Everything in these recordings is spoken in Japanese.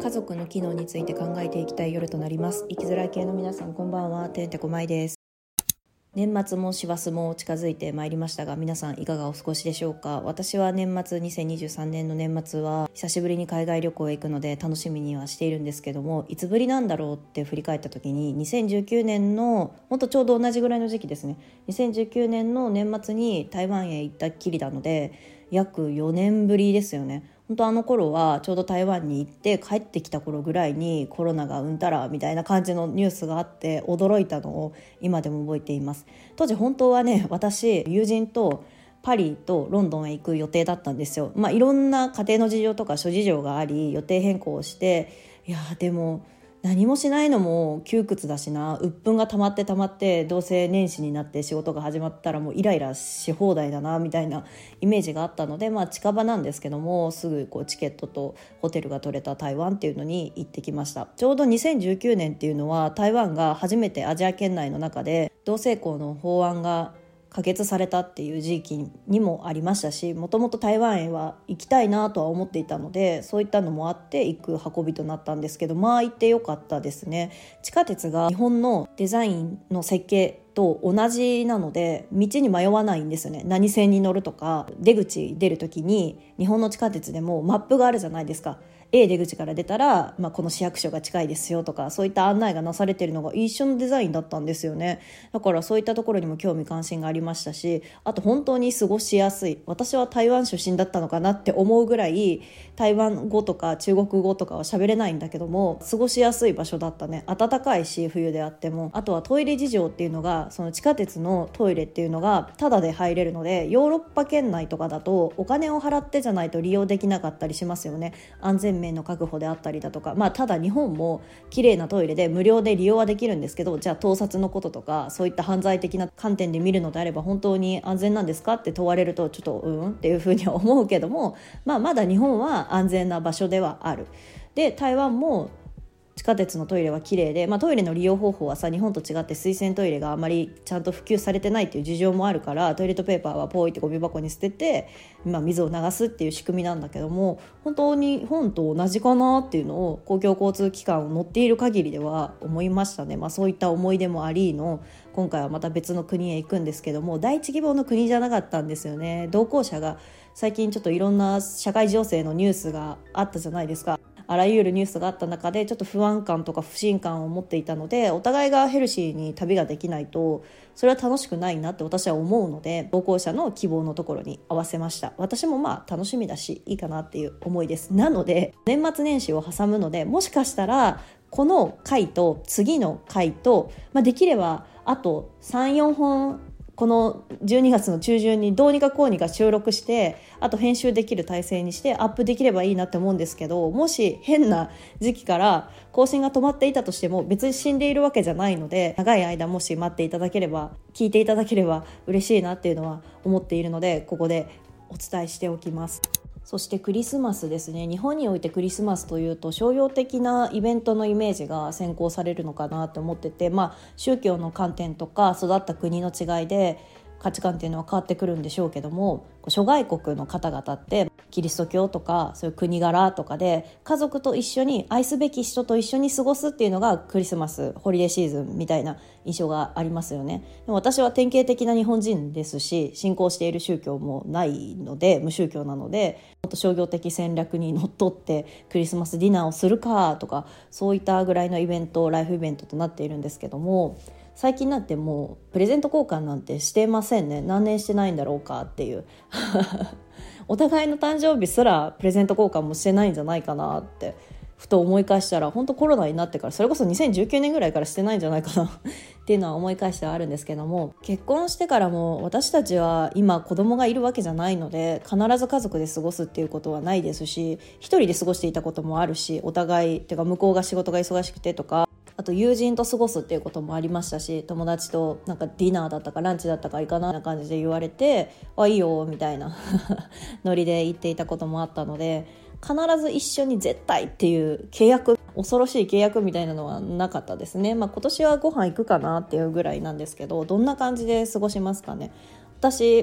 家族の機能について考えていきたい夜となります。生きづらい系の皆さん、こんばんは。てんてこまいです。年末も師走も近づいてまいりましたが、皆さんいかがお過ごしでしょうか。私は年末、2023年の年末は久しぶりに海外旅行へ行くので楽しみにはしているんですけども、いつぶりなんだろうって振り返った時に、2019年のほんとちょうど同じぐらいの時期ですね。2019年の年末に台湾へ行ったっきりなので、約4年ぶりですよね。本当あの頃はちょうど台湾に行って帰ってきた頃ぐらいにコロナがうんたらみたいな感じのニュースがあって驚いたのを今でも覚えています。当時本当はね、私友人とパリとロンドンへ行く予定だったんですよ。いろんな家庭の事情とか諸事情があり予定変更をして、でも何もしないのも窮屈だしな、鬱憤が溜まってどうせ年始になって仕事が始まったらもうイライラし放題だなみたいなイメージがあったので、近場なんですけどもすぐチケットとホテルが取れた台湾っていうのに行ってきました。ちょうど2019年っていうのは台湾が初めてアジア圏内の中で同性婚の法案が可決されたっていう時期にもありましたし、もともと台湾へは行きたいなとは思っていたので、そういったのもあって行く運びとなったんですけど、行ってよかったですね。地下鉄が日本のデザインの設計と同じなので道に迷わないんですよね。何線に乗るとか、出口出る時に日本の地下鉄でもマップがあるじゃないですか。A 出口から出たら、この市役所が近いですよとか、そういった案内がなされているのが一緒のデザインだったんですよね。だからそういったところにも興味関心がありましたし、あと本当に過ごしやすい、私は台湾出身だったのかなって思うぐらい台湾語とか中国語とかは喋れないんだけども、過ごしやすい場所だったね。暖かいし冬であっても、あとはトイレ事情っていうのが、その地下鉄のトイレっていうのがタダで入れるので、ヨーロッパ圏内とかだとお金を払ってじゃないと利用できなかったりしますよね。安全面の確保であったりだとか、ただ日本も綺麗なトイレで無料で利用はできるんですけど、じゃあ盗撮のこととかそういった犯罪的な観点で見るのであれば本当に安全なんですかって問われるとちょっとっていうふうには思うけども、まだ日本は安全な場所ではある。で台湾も地下鉄のトイレは綺麗で、トイレの利用方法は日本と違って水洗トイレがあまりちゃんと普及されてないっていう事情もあるから、トイレットペーパーはポイってゴミ箱に捨てて、水を流すっていう仕組みなんだけども、本当に日本と同じかなっていうのを公共交通機関を乗っている限りでは思いましたね。そういった思い出もありの今回はまた別の国へ行くんですけども、第一希望の国じゃなかったんですよね。同行者が最近ちょっといろんな社会情勢のニュースがあったじゃないですか。あらゆるニュースがあった中でちょっと不安感とか不信感を持っていたので、お互いがヘルシーに旅ができないとそれは楽しくないなって私は思うので、同行者の希望のところに合わせました。私も楽しみだしいいかなっていう思いです。なので年末年始を挟むので、もしかしたらこの回と次の回と、できればあと 3,4 本この12月の中旬にどうにかこうにか収録して、あと編集できる体制にしてアップできればいいなって思うんですけど、もし変な時期から更新が止まっていたとしても別に死んでいるわけじゃないので、長い間もし待っていただければ、聞いていただければ嬉しいなっていうのは思っているので、ここでお伝えしておきます。そしてクリスマスですね。日本においてクリスマスというと商業的なイベントのイメージが先行されるのかなと思ってて、宗教の観点とか育った国の違いで価値観っていうのは変わってくるんでしょうけども、諸外国の方々ってキリスト教とかそういう国柄とかで家族と一緒に愛すべき人と一緒に過ごすっていうのがクリスマスホリデーシーズンみたいな印象がありますよね。でも私は典型的な日本人ですし、信仰している宗教もないので無宗教なので、もっと商業的戦略にのっとってクリスマスディナーをするかとか、そういったぐらいのイベント、ライフイベントとなっているんですけども、最近になってもうプレゼント交換なんてしてませんね。何年してないんだろうかっていうお互いの誕生日すらプレゼント交換もしてないんじゃないかなってふと思い返したら、本当コロナになってから、それこそ2019年ぐらいからしてないんじゃないかなっていうのは思い返してはあるんですけども、結婚してからも私たちは今子供がいるわけじゃないので、必ず家族で過ごすっていうことはないですし、一人で過ごしていたこともあるし、お互いてか向こうが仕事が忙しくてとか、あと友人と過ごすっていうこともありましたし、友達とディナーだったかランチだったか行かな感じで言われて、いいよみたいなノリで言っていたこともあったので、必ず一緒に絶対っていう契約、恐ろしい契約みたいなのはなかったですね。今年はご飯行くかなっていうぐらいなんですけど、どんな感じで過ごしますかね。私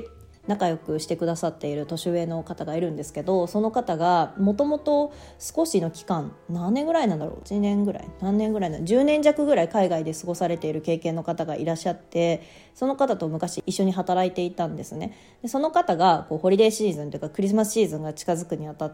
仲良くしてくださっている年上の方がいるんですけど、その方がもともと少しの期間、何年ぐらいなんだろう、1年ぐらい、何年ぐらいなの、10年弱ぐらい海外で過ごされている経験の方がいらっしゃって、その方と昔一緒に働いていたんですね。でその方がホリデーシーズンというかクリスマスシーズンが近づくにあたって、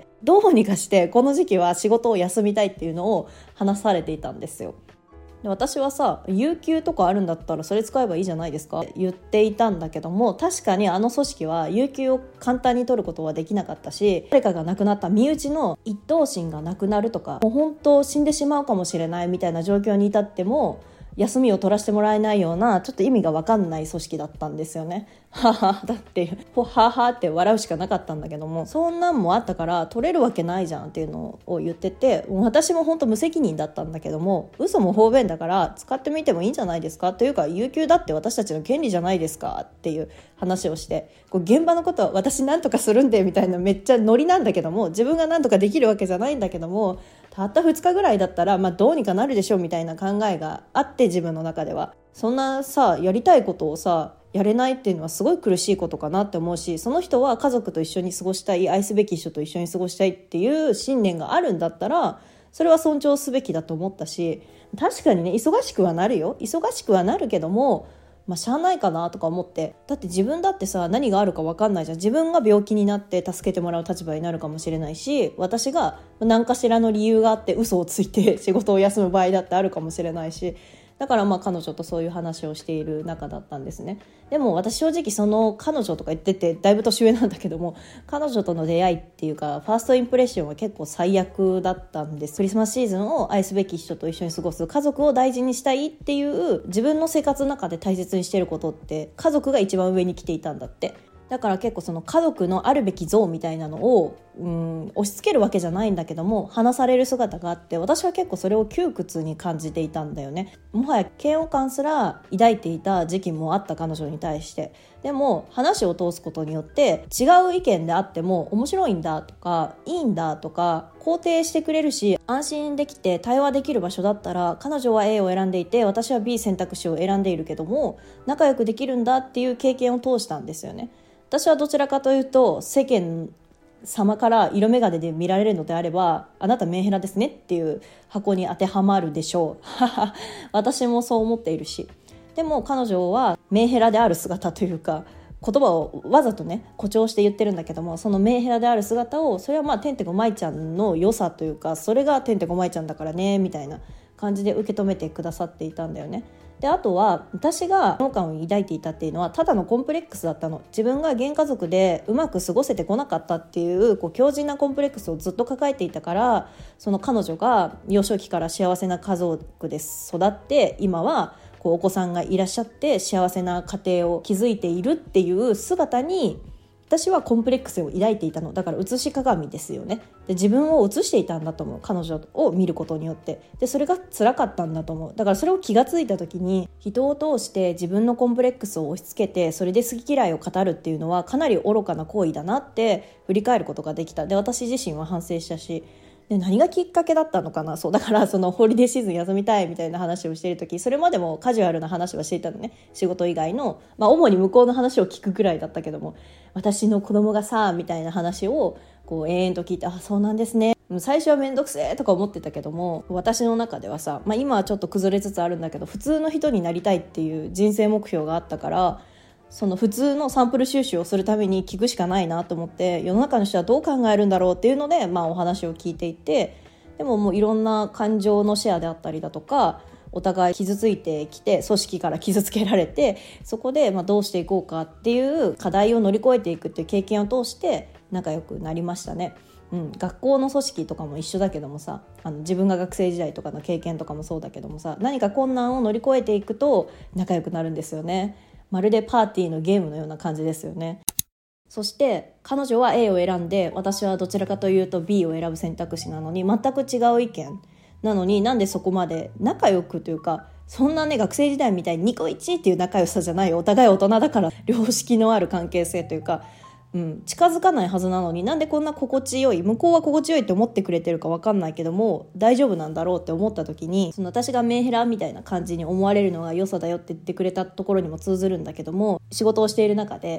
どうにかしてこの時期は仕事を休みたいっていうのを話されていたんですよ。で私はさ、有給とかあるんだったらそれ使えばいいじゃないですかって言っていたんだけども、確かにあの組織は有給を簡単に取ることはできなかったし、誰かが亡くなった身内の一等身が亡くなるとか、もう本当死んでしまうかもしれないみたいな状況に至っても休みを取らせてもらえないような、ちょっと意味が分かんない組織だったんですよね。ははだってははって笑うしかなかったんだけども、そんなんもあったから取れるわけないじゃんっていうのを言ってて、もう私も本当無責任だったんだけども、嘘も方便だから使ってみてもいいんじゃないですかというか、有給だって私たちの権利じゃないですかっていう話をして、現場のことは私なんとかするんでみたいな、めっちゃノリなんだけども、自分がなんとかできるわけじゃないんだけども、たった2日ぐらいだったら、どうにかなるでしょうみたいな考えがあって、自分の中ではそんなさ、やりたいことをさやれないっていうのはすごい苦しいことかなって思うし、その人は家族と一緒に過ごしたい、愛すべき人と一緒に過ごしたいっていう信念があるんだったら、それは尊重すべきだと思ったし、確かにね、忙しくはなるよ、忙しくはなるけども、しゃあないかなとか思って。だって自分だってさ、何があるか分かんないじゃん。自分が病気になって助けてもらう立場になるかもしれないし、私が何かしらの理由があって嘘をついて仕事を休む場合だってあるかもしれないし、だから彼女とそういう話をしている仲だったんですね。でも私正直その彼女とか言っててだいぶ年上なんだけども、彼女との出会いっていうかファーストインプレッションは結構最悪だったんです。クリスマスシーズンを愛すべき人と一緒に過ごす、家族を大事にしたいっていう自分の生活の中で大切にしてることって家族が一番上に来ていたんだって。だから結構その家族のあるべき像みたいなのを押し付けるわけじゃないんだけども、話される姿があって、私は結構それを窮屈に感じていたんだよね。もはや嫌悪感すら抱いていた時期もあった彼女に対して。でも話を通すことによって違う意見であっても面白いんだとかいいんだとか肯定してくれるし、安心できて対話できる場所だったら、彼女は A を選んでいて私は B 選択肢を選んでいるけども仲良くできるんだっていう経験を通したんですよね。私はどちらかというと、世間様から色眼鏡で見られるのであれば、あなたメンヘラですねっていう箱に当てはまるでしょう。私もそう思っているし。でも彼女はメンヘラである姿というか、言葉をわざとね誇張して言ってるんだけども、そのメンヘラである姿を、それはてんてこまいちゃんの良さというか、それがてんてこまいちゃんだからねみたいな感じで受け止めてくださっていたんだよね。であとは私が嫌悪感を抱いていたっていうのはただのコンプレックスだったの。自分が原家族でうまく過ごせてこなかったっていう、強靭なコンプレックスをずっと抱えていたから、その彼女が幼少期から幸せな家族で育って今はお子さんがいらっしゃって幸せな家庭を築いているっていう姿に私はコンプレックスを抱いていたの。だから映し鏡ですよね。で自分を映していたんだと思う、彼女を見ることによって。でそれが辛かったんだと思う。だからそれを気がついた時に、人を通して自分のコンプレックスを押し付けてそれで好き嫌いを語るっていうのはかなり愚かな行為だなって振り返ることができた。で私自身は反省したし、で何がきっかけだったのかな。そうだからそのホリデーシーズン休みたいみたいな話をしている時、それまでもカジュアルな話はしていたのね、仕事以外の、主に向こうの話を聞くくらいだったけども、私の子供がさみたいな話を延々と聞いて、あそうなんですね、最初はめんどくせえとか思ってたけども、私の中ではさ、今はちょっと崩れつつあるんだけど、普通の人になりたいっていう人生目標があったから、その普通のサンプル収集をするために聞くしかないなと思って、世の中の人はどう考えるんだろうっていうので、お話を聞いていて、でももういろんな感情のシェアであったりだとか、お互い傷ついてきて組織から傷つけられて、そこでどうしていこうかっていう課題を乗り越えていくっていう経験を通して仲良くなりましたね。学校の組織とかも一緒だけどもさ、自分が学生時代とかの経験とかもそうだけどもさ、何か困難を乗り越えていくと仲良くなるんですよね。まるでパーティーのゲームのような感じですよね。そして彼女は A を選んで、私はどちらかというと B を選ぶ選択肢なのに、全く違う意見なのに、なんでそこまで仲良くというか、そんなね学生時代みたいにニコイチっていう仲良さじゃないよ。お互い大人だから良識のある関係性というか、近づかないはずなのに、なんでこんな心地よい、向こうは心地よいって思ってくれてるか分かんないけども大丈夫なんだろうって思った時に、その私がメンヘラみたいな感じに思われるのが良さだよって言ってくれたところにも通ずるんだけども、仕事をしている中で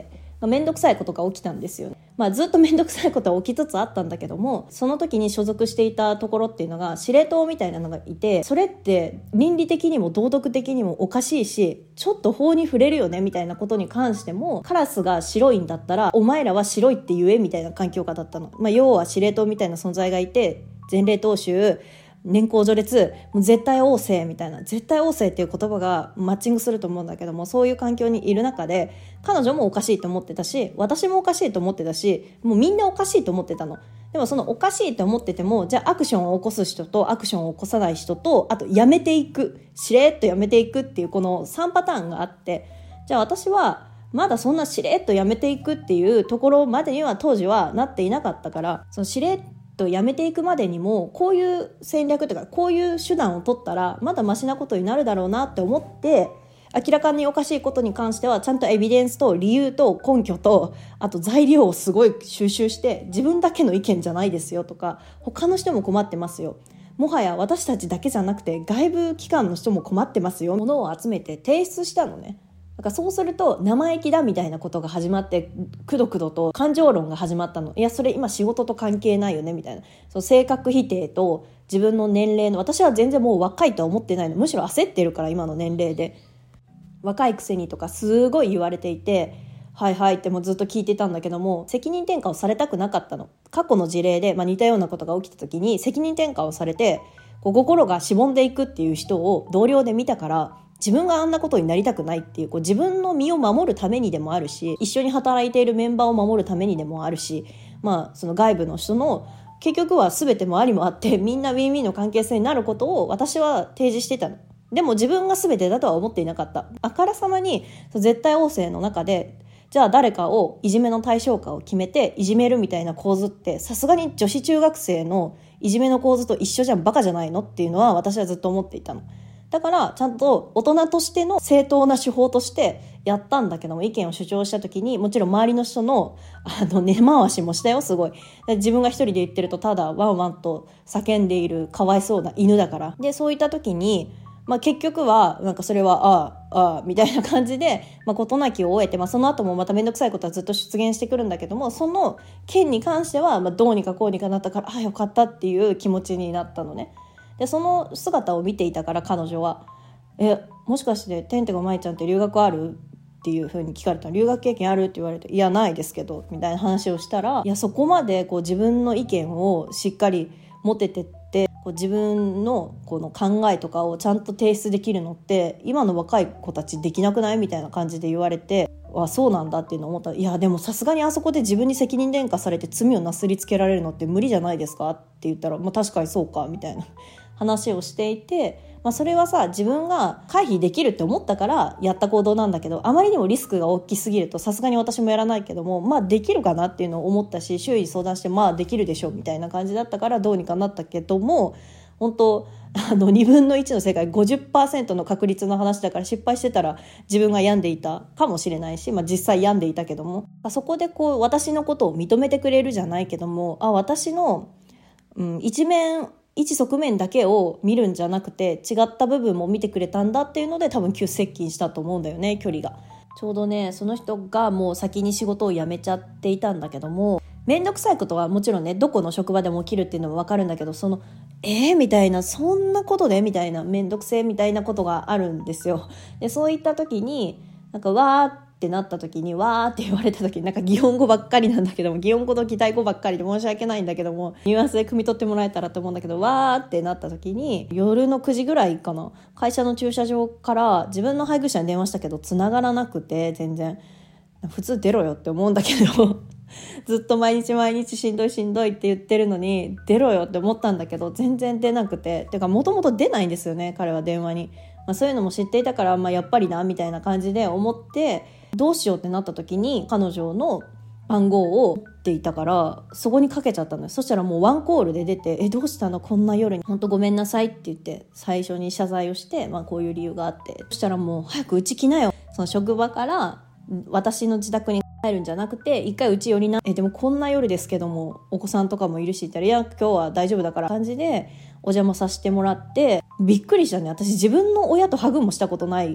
めんどくさいことが起きたんですよね。ずっとめんどくさいことは起きつつあったんだけども、その時に所属していたところっていうのが司令塔みたいなのがいて、それって倫理的にも道徳的にもおかしいし、ちょっと法に触れるよねみたいなことに関しても、カラスが白いんだったらお前らは白いって言えみたいな環境下だったの。要は司令塔みたいな存在がいて、前例踏襲、年功序列、もう絶対王政みたいな、絶対王政っていう言葉がマッチングすると思うんだけども、そういう環境にいる中で彼女もおかしいと思ってたし、私もおかしいと思ってたし、もうみんなおかしいと思ってたの。でもそのおかしいと思ってても、じゃあアクションを起こす人とアクションを起こさない人と、あとやめていく、しれっとやめていくっていうこの3パターンがあって、じゃあ私はまだそんなしれっとやめていくっていうところまでには当時はなっていなかったから、そのしれっとやめていくまでにもこういう戦略とかこういう手段を取ったらまだマシなことになるだろうなって思って、明らかにおかしいことに関してはちゃんとエビデンスと理由と根拠と、あと材料をすごい収集して、自分だけの意見じゃないですよとか、他の人も困ってますよ、もはや私たちだけじゃなくて外部機関の人も困ってますよ、ものを集めて提出したのね。だからそうすると生意気だみたいなことが始まって、くどくどと感情論が始まったの。いやそれ今仕事と関係ないよねみたいな、その性格否定と自分の年齢の、私は全然もう若いとは思ってないの、むしろ焦ってるから、今の年齢で若いくせにとかすごい言われていて、はいはいってもうずっと聞いてたんだけども、責任転嫁をされたくなかったの。過去の事例で、似たようなことが起きた時に責任転嫁をされて心がしぼんでいくっていう人を同僚で見たから、自分があんなことになりたくないっていう、自分の身を守るためにでもあるし、一緒に働いているメンバーを守るためにでもあるし、その外部の人の結局は全てもありもあって、みんなウィンウィンの関係性になることを私は提示してたの。でも自分が全てだとは思っていなかった。あからさまに絶対王政の中で、じゃあ誰かをいじめの対象かを決めていじめるみたいな構図って、さすがに女子中学生のいじめの構図と一緒じゃん、バカじゃないのっていうのは私はずっと思っていたの。だからちゃんと大人としての正当な手法としてやったんだけども、意見を主張した時にもちろん周りの人の根回しもしたよ、すごい。自分が一人で言ってるとただワンワンと叫んでいるかわいそうな犬だから。でそういった時に結局はそれはああみたいな感じで事なきを終えて、その後もまためんどくさいことはずっと出現してくるんだけども、その件に関してはどうにかこうにかなったから、よかったっていう気持ちになったのね。でその姿を見ていたから、彼女はもしかしててんてこまいちゃんって留学あるっていう風に聞かれたら、留学経験あるって言われて、いやないですけどみたいな話をしたら、いやそこまで自分の意見をしっかり持ててって、自分のこの考えとかをちゃんと提出できるのって今の若い子たちできなくないみたいな感じで言われて、そうなんだっていうのを思った。いやでもさすがにあそこで自分に責任転嫁されて罪をなすりつけられるのって無理じゃないですかって言ったら、確かにそうかみたいな話をしていて、それはさ、自分が回避できるって思ったからやった行動なんだけど、あまりにもリスクが大きすぎるとさすがに私もやらないけども、できるかなっていうのを思ったし、周囲に相談してできるでしょみたいな感じだったからどうにかなったけども、本当2分の1の世界 50% の確率の話だから、失敗してたら自分が病んでいたかもしれないし、実際病んでいたけども、そこで私のことを認めてくれるじゃないけども、私の、一側面だけを見るんじゃなくて違った部分も見てくれたんだっていうので、多分急接近したと思うんだよね、距離が。ちょうどね、その人がもう先に仕事を辞めちゃっていたんだけども、めんどくさいことはもちろんね、どこの職場でも起きるっていうのも分かるんだけど、みたいな、そんなことでみたいな、めんどくせえみたいなことがあるんですよ。でそういった時にわーってなった時に、わーって言われた時に、擬音語ばっかりなんだけども、擬音語と擬態語ばっかりで申し訳ないんだけども、ニュアンスで汲み取ってもらえたらと思うんだけど、わーってなった時に、夜の9時ぐらいかな、会社の駐車場から自分の配偶者に電話したけど繋がらなくて、全然普通出ろよって思うんだけどずっと毎日しんどいって言ってるのに出ろよって思ったんだけど、全然出なくて、てかもともと出ないんですよね、彼は電話に。そういうのも知っていたから、やっぱりなみたいな感じで思って、どうしようってなった時に彼女の番号を持っていたから、そこにかけちゃったのよ。そしたらもうワンコールで出て、どうしたのこんな夜に、本当ごめんなさいって言って最初に謝罪をして、こういう理由があって、そしたらもう早くうち来なよ、その職場から私の自宅に帰るんじゃなくて一回うち寄りな、でもこんな夜ですけどもお子さんとかもいるし、言ったら、いや今日は大丈夫だから感じでお邪魔させてもらって、びっくりしたね。私自分の親とハグもしたことない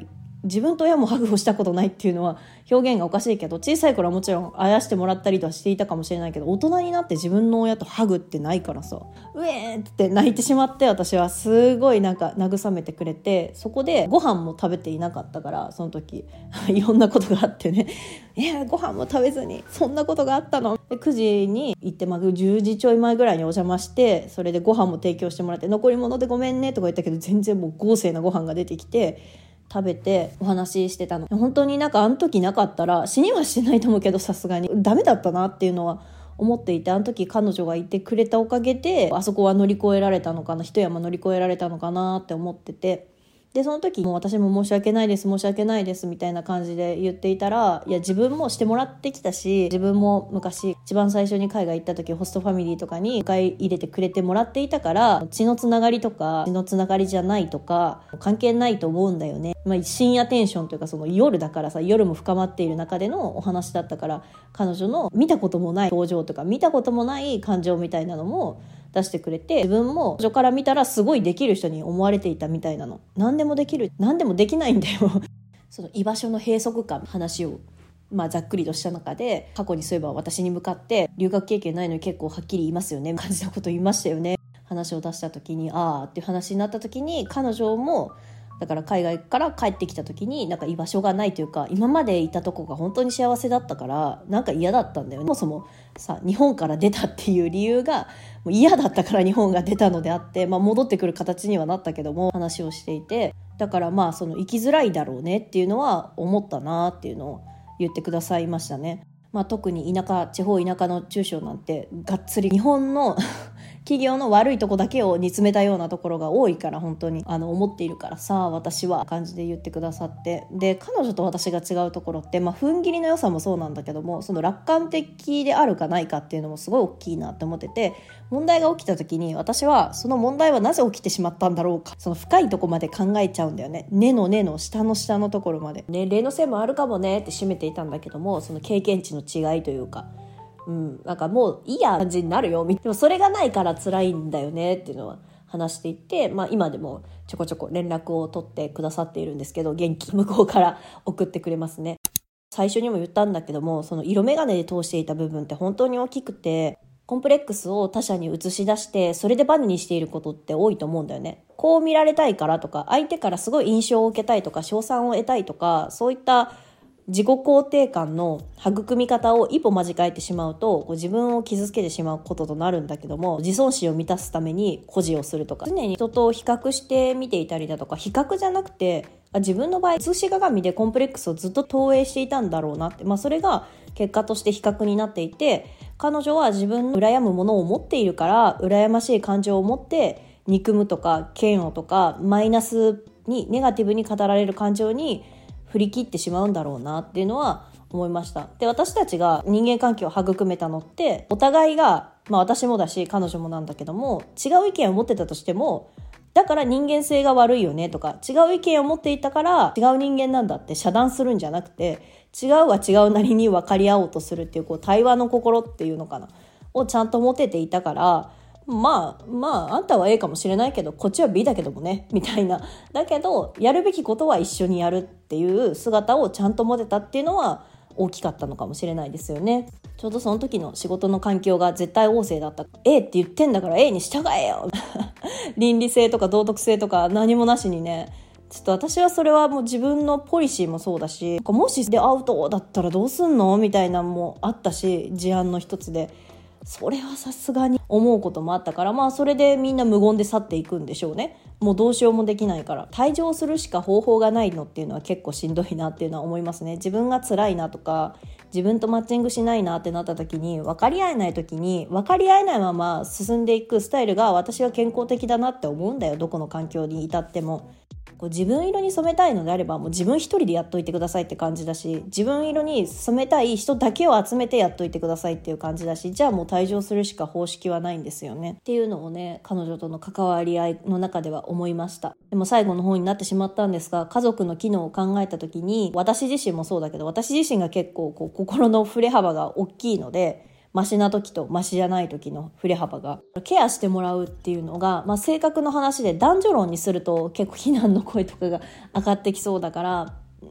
自分と親もハグをしたことないっていうのは表現がおかしいけど、小さい頃はもちろんあやしてもらったりとはしていたかもしれないけど、大人になって自分の親とハグってないからさ、うえーって泣いてしまって、私はすごいなんか慰めてくれて、そこでご飯も食べていなかったから、その時いろんなことがあってねご飯も食べずにそんなことがあったので、9時に行って、10時ちょい前ぐらいにお邪魔して、それでご飯も提供してもらって、残り物でごめんねとか言ったけど、全然もう豪勢なご飯が出てきて食べてお話ししてたの。本当になんかあの時なかったら死にはしてないと思うけど、さすがにダメだったなっていうのは思っていて、あの時彼女がいてくれたおかげであそこは乗り越えられたのかな、一山乗り越えられたのかなって思ってて、でその時も私も申し訳ないです申し訳ないですみたいな感じで言っていたら、いや自分もしてもらってきたし、自分も昔一番最初に海外行った時ホストファミリーとかに迎え入れてくれてもらっていたから、血のつながりとか血のつながりじゃないとか関係ないと思うんだよね。深夜テンションというか、その夜だからさ、夜も深まっている中でのお話だったから、彼女の見たこともない表情とか見たこともない感情みたいなのも出してくれて、自分も最初から見たらすごいできる人に思われていたみたいなの。何でもできる、何でもできないんだよその居場所の閉塞感の話をざっくりとした中で、過去にそういえば私に向かって留学経験ないのに結構はっきり言いますよね感じたこと言いましたよね。話を出した時にあーっていう話になった時に、彼女もだから海外から帰ってきた時になんか居場所がないというか、今までいたとこが本当に幸せだったからなんか嫌だったんだよね。そもそもさ、日本から出たっていう理由がもう嫌だったから日本が出たのであって、戻ってくる形にはなったけども、話をしていて、だからその生きづらいだろうねっていうのは思ったなっていうのを言ってくださいましたね。特に地方田舎の中小なんてがっつり日本の企業の悪いとこだけを煮詰めたようなところが多いから、本当に思っているからさ、私は感じで言ってくださって、で彼女と私が違うところって、踏ん切りの良さもそうなんだけども、その楽観的であるかないかっていうのもすごい大きいなって思ってて、問題が起きた時に私はその問題はなぜ起きてしまったんだろうか、その深いとこまで考えちゃうんだよね。根の下の下のところまで。年齢のせいもあるかもねって締めていたんだけども、その経験値の違いというか、なんかもういいや感じになるよ。でもそれがないから辛いんだよねっていうのは話していて、今でもちょこちょこ連絡を取ってくださっているんですけど、元気向こうから送ってくれますね。最初にも言ったんだけども、その色眼鏡で通していた部分って本当に大きくて、コンプレックスを他者に映し出してそれでバネにしていることって多いと思うんだよね。こう見られたいからとか、相手からすごい印象を受けたいとか、称賛を得たいとか、そういった自己肯定感の育み方を一歩間違えてしまうと、自分を傷つけてしまうこととなるんだけども、自尊心を満たすために誇示をするとか、常に人と比較して見ていたりだとか、比較じゃなくて自分の場合映し鏡でコンプレックスをずっと投影していたんだろうなって、それが結果として比較になっていて、彼女は自分の羨むものを持っているから羨ましい感情を持って憎むとか嫌悪とかマイナスにネガティブに語られる感情に振り切ってしまうんだろうなっていうのは思いました。で、私たちが人間関係を育めたのってお互いが、私もだし彼女もなんだけども、違う意見を持ってたとしても、だから人間性が悪いよねとか、違う意見を持っていたから違う人間なんだって遮断するんじゃなくて、違うは違うなりに分かり合おうとするっていう、対話の心っていうのかなをちゃんと持てていたから、あんたは A かもしれないけどこっちは B だけどもねみたいな、だけどやるべきことは一緒にやるっていう姿をちゃんと持てたっていうのは大きかったのかもしれないですよね。ちょうどその時の仕事の環境が絶対旺盛だった。 A って言ってんだから A に従えよ倫理性とか道徳性とか何もなしにね、ちょっと私はそれはもう自分のポリシーもそうだし、もしでアウトだったらどうすんのみたいなのもあったし、事案の一つでそれはさすがに思うこともあったから、それでみんな無言で去っていくんでしょうね。もうどうしようもできないから、退場するしか方法がないのっていうのは結構しんどいなっていうのは思いますね。自分が辛いなとか自分とマッチングしないなってなった時に、分かり合えない時に分かり合えないまま進んでいくスタイルが私は健康的だなって思うんだよ。どこの環境に至っても自分色に染めたいのであればもう自分一人でやっといてくださいって感じだし、自分色に染めたい人だけを集めてやっといてくださいっていう感じだし、じゃあもう退場するしか方式はないんですよねっていうのをね、彼女との関わり合いの中では思いました。でも最後の方になってしまったんですが、家族の機能を考えた時に、私自身もそうだけど、私自身が結構心の振れ幅が大きいので、マシな時とマシじゃない時の振れ幅がケアしてもらうっていうのが、性格の話で男女論にすると結構非難の声とかが上がってきそうだから、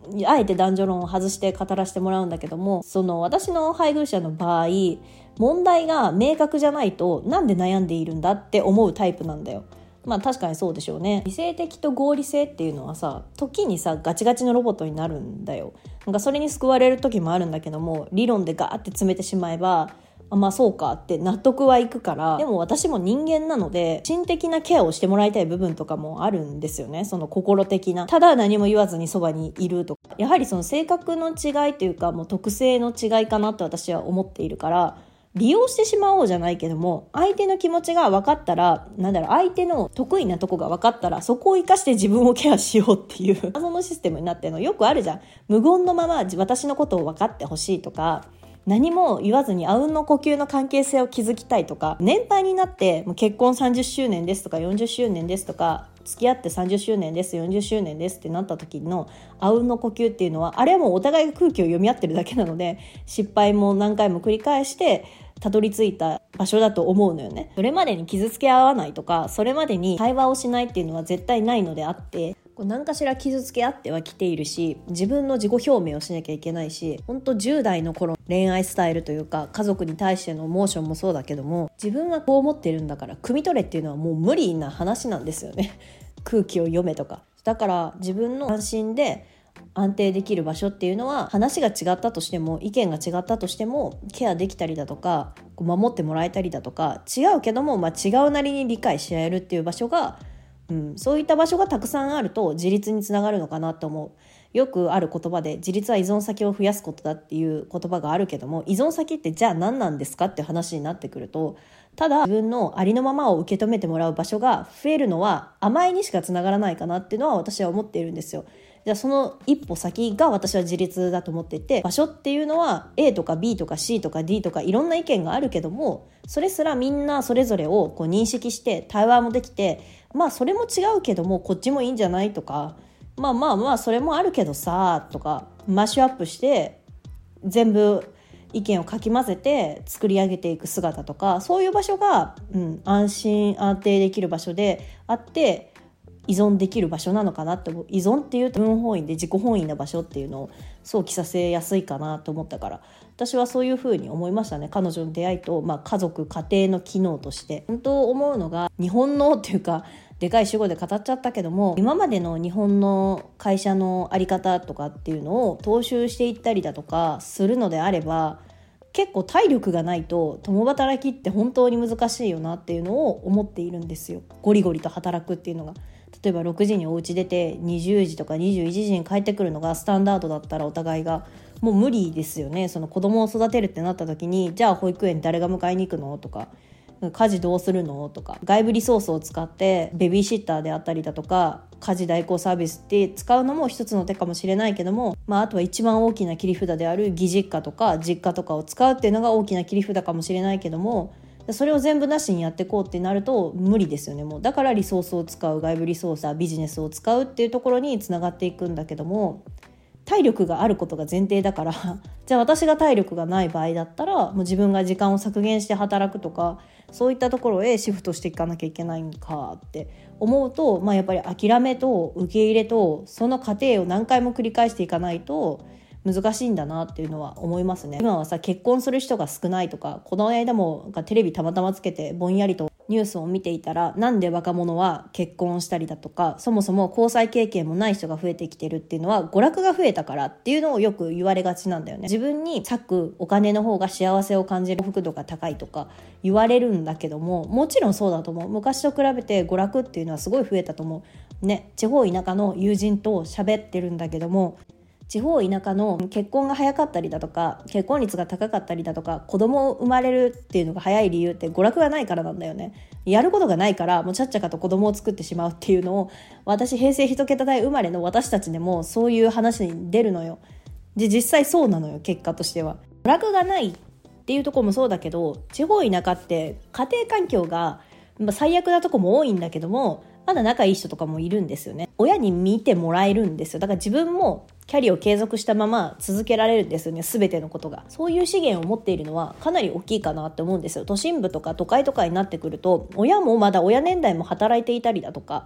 あえて男女論を外して語らせてもらうんだけども、私の配偶者の場合、問題が明確じゃないとなんで悩んでいるんだって思うタイプなんだよ。確かにそうでしょうね。理性的と合理性っていうのはさ、時にさガチガチのロボットになるんだよ。それに救われる時もあるんだけども、理論でガーって詰めてしまえばそうかって納得はいくから。でも私も人間なので、心的なケアをしてもらいたい部分とかもあるんですよね。その心的な、ただ何も言わずにそばにいるとか、やはりその性格の違いというか、もう特性の違いかなと私は思っているから、利用してしまおうじゃないけども、相手の気持ちが分かったら、相手の得意なとこが分かったら、そこを生かして自分をケアしようっていう謎のシステムになってるのよくあるじゃん。無言のまま私のことを分かってほしいとか、何も言わずにあうんの呼吸の関係性を築きたいとか、年配になってもう結婚30周年ですとか40周年ですとか、付き合って30周年です40周年ですってなった時のあうんの呼吸っていうのは、あれはもうお互いが空気を読み合ってるだけなので、失敗も何回も繰り返してたどり着いた場所だと思うのよね。それまでに傷つけ合わないとか、それまでに対話をしないっていうのは絶対ないのであって、何かしら傷つけ合ってはきているし、自分の自己表明をしなきゃいけないし、本当10代の頃恋愛スタイルというか、家族に対してのモーションもそうだけども、自分はこう思ってるんだから汲み取れっていうのはもう無理な話なんですよね。空気を読めとか。だから自分の安心で安定できる場所っていうのは、話が違ったとしても、意見が違ったとしてもケアできたりだとか、守ってもらえたりだとか、違うけども、違うなりに理解し合えるっていう場所が、そういった場所がたくさんあると自立につながるのかなと思う。よくある言葉で、自立は依存先を増やすことだっていう言葉があるけども、依存先ってじゃあ何なんですかって話になってくると、ただ自分のありのままを受け止めてもらう場所が増えるのは甘えにしかつながらないかなっていうのは私は思っているんですよ。じゃあその一歩先が私は自立だと思っていて、場所っていうのは A とか B とか C とか D とかいろんな意見があるけども、それすらみんなそれぞれを認識して対話もできて、それも違うけどもこっちもいいんじゃないとか、それもあるけどさとか、マッシュアップして全部意見をかき混ぜて作り上げていく姿とか、そういう場所が、安心安定できる場所であって、依存できる場所なのかなって思う。依存っていうと自分本位で自己本位な場所っていうのを想起させやすいかなと思ったから、私はそういうふうに思いましたね。彼女の出会いと、家族家庭の機能として本当思うのが、日本のっていうかでかい主語で語っちゃったけども、今までの日本の会社のあり方とかっていうのを踏襲していったりだとかするのであれば、結構体力がないと共働きって本当に難しいよなっていうのを思っているんですよ。ゴリゴリと働くっていうのが、例えば6時にお家出て20時とか21時に帰ってくるのがスタンダードだったら、お互いがもう無理ですよね。その子供を育てるってなった時に、じゃあ保育園誰が迎えに行くのとか、家事どうするのとか、外部リソースを使ってベビーシッターであったりだとか家事代行サービスって使うのも一つの手かもしれないけども、あとは一番大きな切り札である義実家とか実家とかを使うっていうのが大きな切り札かもしれないけども、それを全部なしにやっていこうってなると無理ですよね。もうだからリソースを使う、外部リソース、ビジネスを使うっていうところにつながっていくんだけども、体力があることが前提だからじゃあ私が体力がない場合だったら、もう自分が時間を削減して働くとか、そういったところへシフトしていかなきゃいけないんかって思うと、やっぱり諦めと受け入れとその過程を何回も繰り返していかないと難しいんだなっていうのは思いますね。今はさ、結婚する人が少ないとか、この間もテレビたまたまつけてぼんやりとニュースを見ていたら、なんで若者は結婚したりだとか、そもそも交際経験もない人が増えてきてるっていうのは娯楽が増えたからっていうのをよく言われがちなんだよね。自分に割くお金の方が幸せを感じる幸福度が高いとか言われるんだけども、もちろんそうだと思う。昔と比べて娯楽っていうのはすごい増えたと思うね。地方田舎の友人と喋ってるんだけども、地方田舎の結婚が早かったりだとか、結婚率が高かったりだとか、子供を生まれるっていうのが早い理由って娯楽がないからなんだよね。やることがないから、もうちゃっちゃかと子供を作ってしまうっていうのを、私平成一桁台生まれの私たちでもそういう話に出るのよ。で、実際そうなのよ、結果としては。娯楽がないっていうところもそうだけど、地方田舎って家庭環境が最悪なとこも多いんだけども、まだ仲いい人とかもいるんですよね。親に見てもらえるんですよ。だから自分もキャリアを継続したまま続けられるんですよね、全てのことが。そういう資源を持っているのはかなり大きいかなって思うんですよ。都心部とか都会とかになってくると、親もまだ親年代も働いていたりだとか、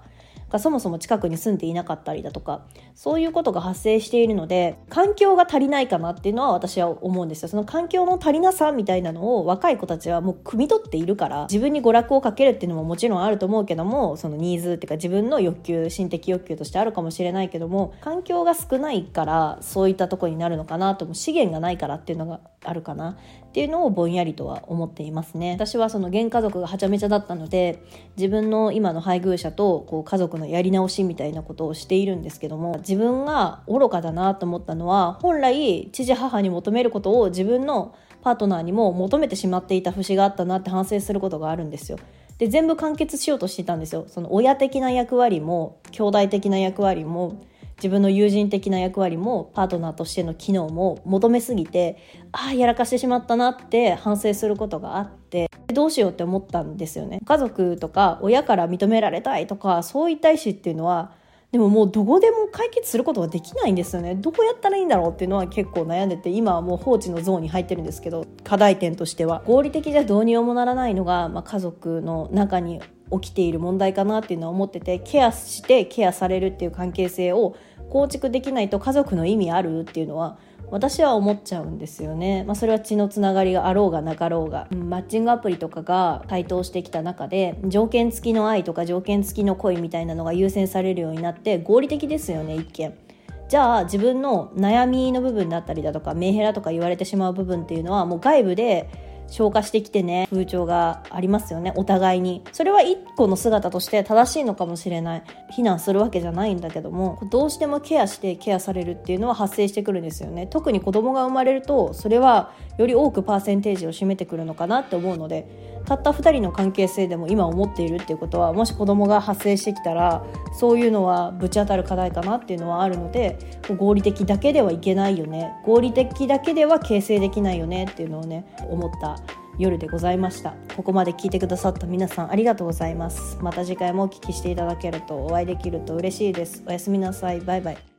がそもそも近くに住んでいなかったりだとか、そういうことが発生しているので、環境が足りないかなっていうのは私は思うんですよ。その環境の足りなさみたいなのを若い子たちはもう汲み取っているから、自分に娯楽をかけるっていうのももちろんあると思うけども、そのニーズっていうか自分の欲求、心的欲求としてあるかもしれないけども、環境が少ないからそういったところになるのかなと、資源がないからっていうのがあるかなっていうのをぼんやりとは思っていますね。私はその原家族がはちゃめちゃだったので、自分の今の配偶者とこう家族のやり直しみたいなことをしているんですけども、自分が愚かだなと思ったのは、本来父母に求めることを自分のパートナーにも求めてしまっていた節があったなって反省することがあるんですよ。で、全部完結しようとしていたんですよ。その親的な役割も兄弟的な役割も自分の友人的な役割もパートナーとしての機能も求めすぎて、やらかしてしまったなって反省することがあって、どうしようって思ったんですよね。家族とか親から認められたいとかそういった意思っていうのは、でももうどこでも解決することができないんですよね。どうやったらいいんだろうっていうのは結構悩んでて、今はもう放置のゾーンに入ってるんですけど、課題点としては合理的じゃどうにもならないのが、家族の中に起きている問題かなっていうのは思ってて、ケアしてケアされるっていう関係性を構築できないと家族の意味あるっていうのは私は思っちゃうんですよね。それは血のつながりがあろうがなかろうが、マッチングアプリとかが台頭してきた中で、条件付きの愛とか条件付きの恋みたいなのが優先されるようになって合理的ですよね、一見。じゃあ自分の悩みの部分だったりだとかメンヘラとか言われてしまう部分っていうのはもう外部で消化してきてね、風潮がありますよね、お互いに。それは一個の姿として正しいのかもしれない、非難するわけじゃないんだけども、どうしてもケアしてケアされるっていうのは発生してくるんですよね。特に子供が生まれるとそれはより多くパーセンテージを占めてくるのかなって思うので、たった2人の関係性でも今思っているっていうことは、もし子供が発生してきたらそういうのはぶち当たる課題かなっていうのはあるので、合理的だけではいけないよね、合理的だけでは形成できないよねっていうのをね思った夜でございました。ここまで聞いてくださった皆さんありがとうございます。また次回もお聞きしていただけると、お会いできると嬉しいです。おやすみなさい。バイバイ。